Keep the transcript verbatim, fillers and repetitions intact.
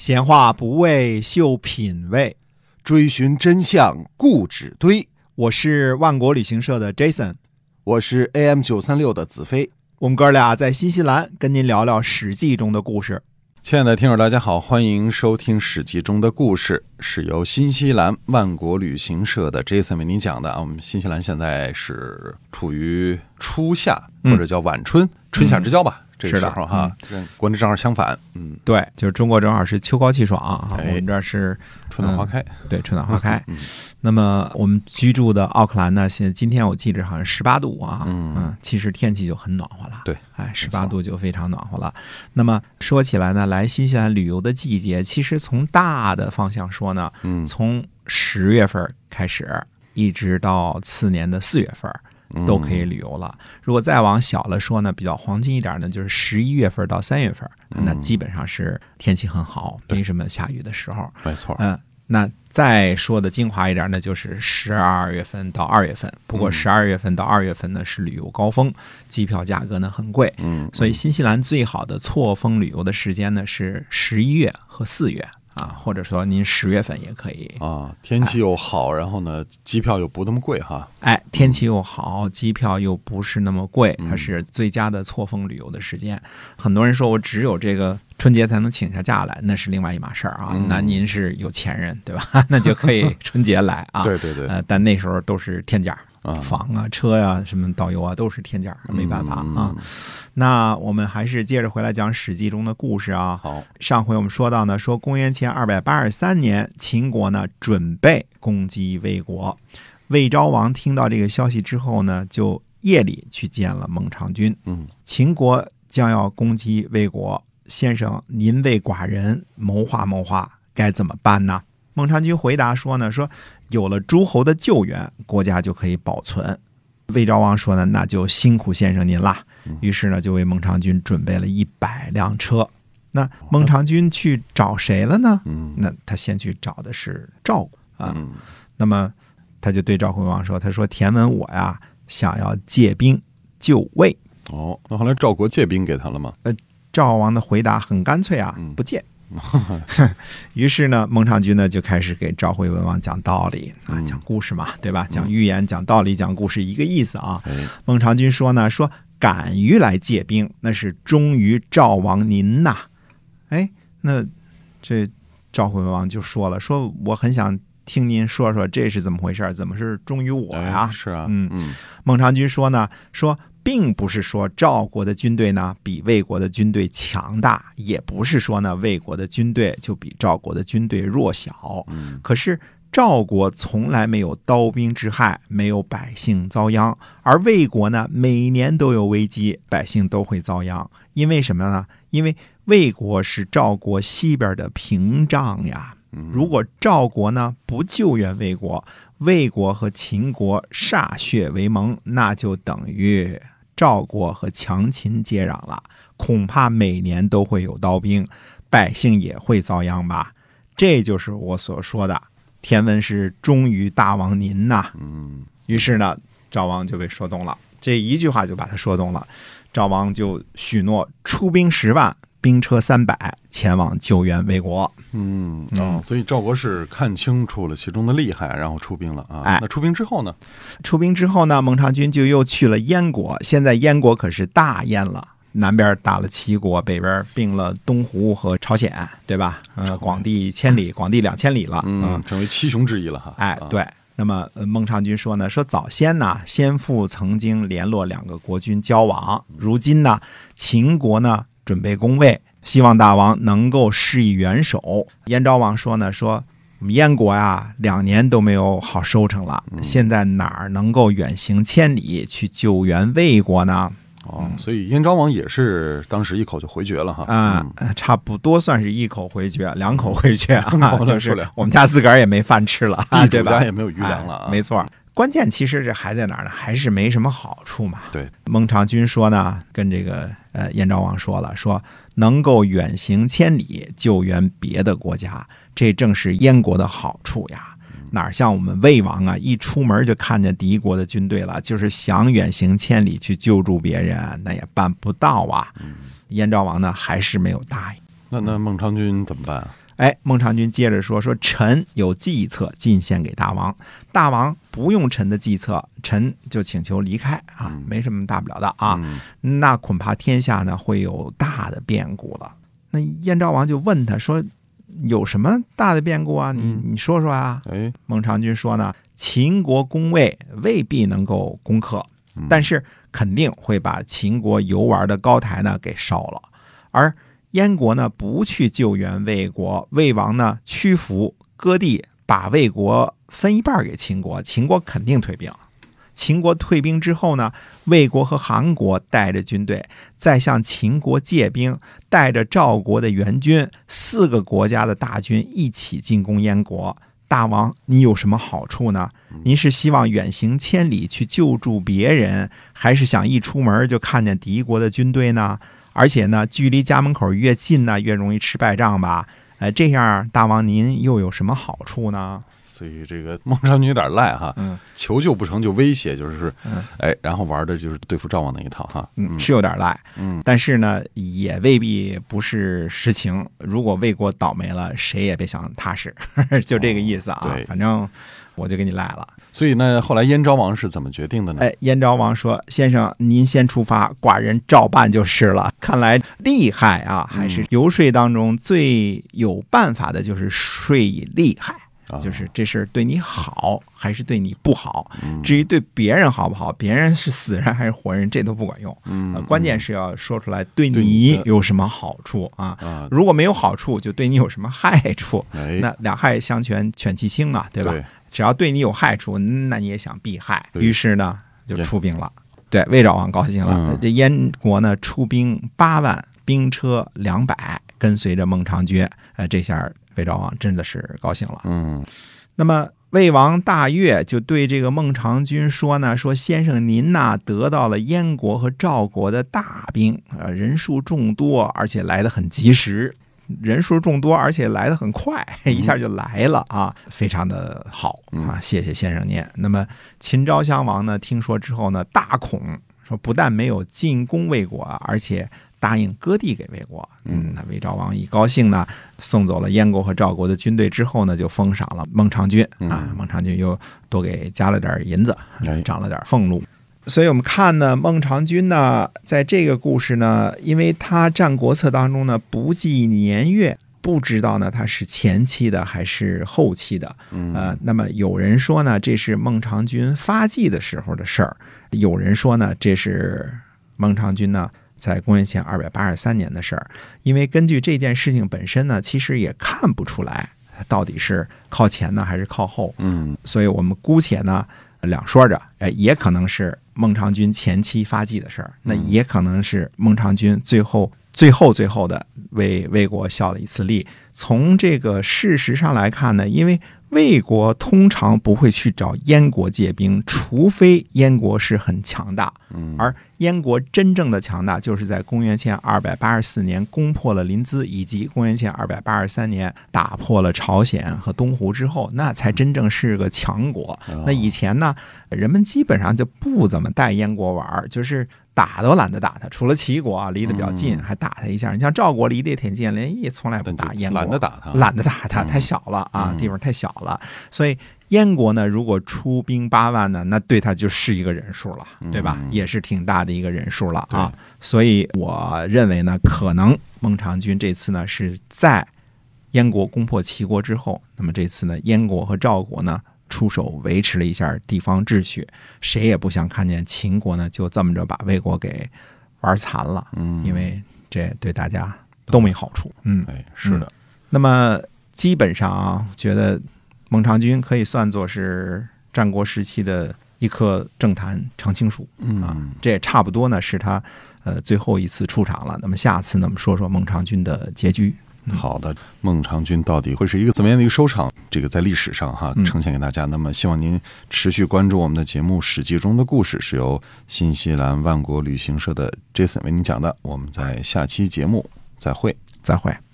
闲话不为秀品味， 追寻真相固执堆。 我是万国旅行社的 Jason， 我是 A M 九三六 的子飞。 我们哥俩在新西兰跟您聊聊史记中的故事。 亲爱的听友大家好，欢迎收听史记中的故事，是由新西兰万国旅行社的 Jason 为您讲的啊。我们新西兰现在是处于初夏或者叫晚春、嗯、春夏之交吧、嗯这个时候哈，跟国内正好相反，嗯， 对，就是中国正好是秋高气爽啊，哎、我们这儿是春暖花开， 嗯、对，春暖花开。 嗯、 那么我们居住的奥克兰呢，现在今天我记着好像十八度啊， 嗯嗯，其实天气就很暖和了， 对， 哎，十八度就非常暖和了。那么说起来呢，来新西兰旅游的季节，其实从大的方向说呢，嗯，从十月份开始，一直到次年的四月份。都可以旅游了。如果再往小了说呢，比较黄金一点呢，就是十一月份到三月份，那基本上是天气很好，没什么下雨的时候。 没错。 嗯，那再说的精华一点呢，就是十二月份到二月份。不过十二月份到二月份呢是旅游高峰，机票价格呢很贵。嗯，所以新西兰最好的错峰旅游的时间呢是十一月和四月。啊，或者说您十月份也可以啊，天气又好、哎，然后呢，机票又不那么贵哈。 哎，天气又好，机票又不是那么贵，它是最佳的错峰旅游的时间。嗯、很多人说我只有这个春节才能请下假来，那是另外一码事儿啊。嗯、那您是有钱人对吧？那就可以春节来啊。 对对对。 呃，但那时候都是天价。房啊、车呀、啊、什么导游啊，都是天价，没办法啊。嗯、那我们还是接着回来讲《史记》中的故事啊。 好， 上回我们说到呢，说公元前二百八十三年，秦国呢准备攻击魏国。魏昭王听到这个消息之后呢，就夜里去见了孟尝君。嗯，秦国将要攻击魏国，先生您为寡人谋划谋划，该怎么办呢？孟尝君回答说呢，说有了诸侯的救援，国家就可以保存。魏昭王说呢，那就辛苦先生您啦。于是呢，就为孟尝君准备了一百辆车。那孟尝君去找谁了呢？那他先去找的是赵国啊。那么他就对赵惠王说，他说田文我呀想要借兵救魏。 哦，那后来赵国借兵给他了吗？ 呃，赵王的回答很干脆啊，不借。于是呢，孟尝君呢就开始给赵惠文王讲道理啊，讲故事嘛，对吧？讲寓言、讲道理、讲故事一个意思啊。孟尝君说呢，说敢于来借兵，那是忠于赵王您呐。哎，那这赵惠文王就说了，说我很想听您说说这是怎么回事，怎么是忠于我呀？ 哎、是啊， 嗯嗯。孟尝君说呢，说。并不是说赵国的军队呢比魏国的军队强大，也不是说呢魏国的军队就比赵国的军队弱小。嗯、可是赵国从来没有刀兵之害，没有百姓遭殃，而魏国呢每年都有危机，百姓都会遭殃。因为什么呢？因为魏国是赵国西边的屏障呀。如果赵国呢不救援魏国，魏国和秦国歃血为盟，那就等于赵国和强秦接壤了，恐怕每年都会有刀兵，百姓也会遭殃吧。这就是我所说的田文是忠于大王您呐。嗯，于是呢，赵王就被说动了，这一句话就把他说动了。赵王就许诺出兵十万，兵车三百，前往救援魏国。 嗯哦，所以赵国是看清楚了其中的厉害，然后出兵了啊。哎，那出兵之后呢？ 出兵之后呢，孟尝君就又去了燕国。现在燕国可是大燕了，南边打了齐国，北边并了东胡和朝鲜，对吧？呃，广地千里，广地两千里了， 嗯，成为七雄之一了哈。 哎，对。那么孟尝君说呢，说早先呢，先父曾经联络两个国君交往，如今呢，秦国呢准备攻魏，希望大王能够施以援手。燕昭王说呢，说我们燕国呀，两年都没有好收成了，现在哪儿能够远行千里去救援魏国呢？ 哦，所以燕昭王也是当时一口就回绝了哈。 啊、嗯，差不多算是一口回绝，两口回绝啊，就是我们家自个儿也没饭吃了，对吧？ 地主家也没有余粮了、啊哎，没错。关键其实这还在哪儿呢？还是没什么好处嘛。 对， 孟尝君说呢，跟这个呃燕昭王说了，说能够远行千里救援别的国家，这正是燕国的好处呀。哪像我们魏王啊，一出门就看见敌国的军队了，就是想远行千里去救助别人，那也办不到啊。燕昭王呢，还是没有答应。 那那孟尝君怎么办啊？ 哎，孟尝君接着说说臣有计策进献给大王，大王不用臣的计策，臣就请求离开啊，没什么大不了的啊。那恐怕天下呢会有大的变故了。那燕昭王就问他说，有什么大的变故啊？你你说说啊。 哎， 孟尝君说呢，秦国攻魏未必能够攻克，但是肯定会把秦国游玩的高台呢给烧了，而燕国呢不去救援魏国，魏王呢屈服割地，把魏国分一半给秦国，秦国肯定退兵。秦国退兵之后呢，魏国和韩国带着军队再向秦国借兵，带着赵国的援军，四个国家的大军一起进攻燕国。大王，你有什么好处呢？您是希望远行千里去救助别人，还是想一出门就看见敌国的军队呢？而且呢，距离家门口越近呢，越容易吃败仗吧？呃，这样大王您又有什么好处呢？ 所以这个孟尝君有点赖哈， 嗯， 求救不成就威胁，就是， 嗯， 哎，然后玩的就是对付赵王那一套哈， 嗯，是有点赖， 嗯， 但是呢，也未必不是实情。如果魏国倒霉了，谁也别想踏实，就这个意思啊。 哦、对， 反正我就给你赖了。 所以呢，后来燕昭王是怎么决定的呢？ 哎，燕昭王说：“先生，您先出发，寡人照办就是了。”看来厉害啊，还是游说当中最有办法的，就是说以厉害。就是这事儿对你好还是对你不好，至于对别人好不好，别人是死人还是活人，这都不管用。 嗯， 呃、关键是要说出来对你有什么好处啊。 啊， 如果没有好处，就对你有什么害处。 哎、 那两害相权取其轻啊，对吧？ 对， 只要对你有害处，那你也想避害。于是呢，就出兵了。对，魏昭王高兴了。嗯、这燕国呢，出兵八万，兵车两百，跟随着孟尝君。呃，这下魏昭王真的是高兴了。 嗯， 那么魏王大悦就对这个孟尝君说呢，说先生您呐得到了燕国和赵国的大兵，呃，人数众多，而且来得很及时，人数众多，而且来得很快，一下就来了啊，非常的好啊，谢谢先生您。那么秦昭襄王呢，听说之后呢，大恐，说不但没有进攻魏国，而且答应割地给魏国。嗯，那魏昭王一高兴呢，送走了燕国和赵国的军队之后呢，就封赏了孟尝君啊。孟尝君又多给加了点银子，涨了点俸禄。所以我们看呢，孟尝君呢，在这个故事呢，因为他《战国策》当中呢不记年月，不知道呢他是前期的还是后期的。呃，那么有人说呢，这是孟尝君发迹的时候的事儿；有人说呢，这是孟尝君呢在公元前二百八十三年的事儿。因为根据这件事情本身呢，其实也看不出来到底是靠前呢还是靠后。嗯，所以我们姑且呢两说着，哎，也可能是孟尝君前期发迹的事儿，那也可能是孟尝君最后最后最后的为魏国效了一次力。从这个事实上来看呢，因为魏国通常不会去找燕国借兵，除非燕国是很强大。而燕国真正的强大，就是在公元前二百八十四年攻破了临淄，以及公元前二百八十三年打破了朝鲜和东湖之后，那才真正是个强国。那以前呢，人们基本上就不怎么带燕国玩，就是打都懒得打他，除了齐国啊离得比较近，还打他一下。你像赵国离得也挺近，连也从来不打燕国， 懒得打他， 懒得打他，太小了啊，地方太小了。所以燕国呢，如果出兵八万呢，那对他就是一个人数了，对吧？也是挺大的一个人数了啊。所以我认为呢，可能孟尝君这次呢是在燕国攻破齐国之后，那么这次呢，燕国和赵国呢出手维持了一下地方秩序，谁也不想看见秦国呢就这么着把魏国给玩残了，嗯，因为这对大家都没好处。嗯， 哎，是的。 那么基本上啊，觉得孟尝君可以算作是战国时期的一棵政坛常青树啊，这也差不多呢是他呃最后一次出场了。那么下次呢，我们说说孟尝君的结局。 好的，孟尝君到底会是一个怎么样的一个收场？这个在历史上哈呈现给大家。那么希望您持续关注我们的节目《史记》中的故事，是由新西兰万国旅行社的 Jason 为您讲的。我们在下期节目再会， 再会。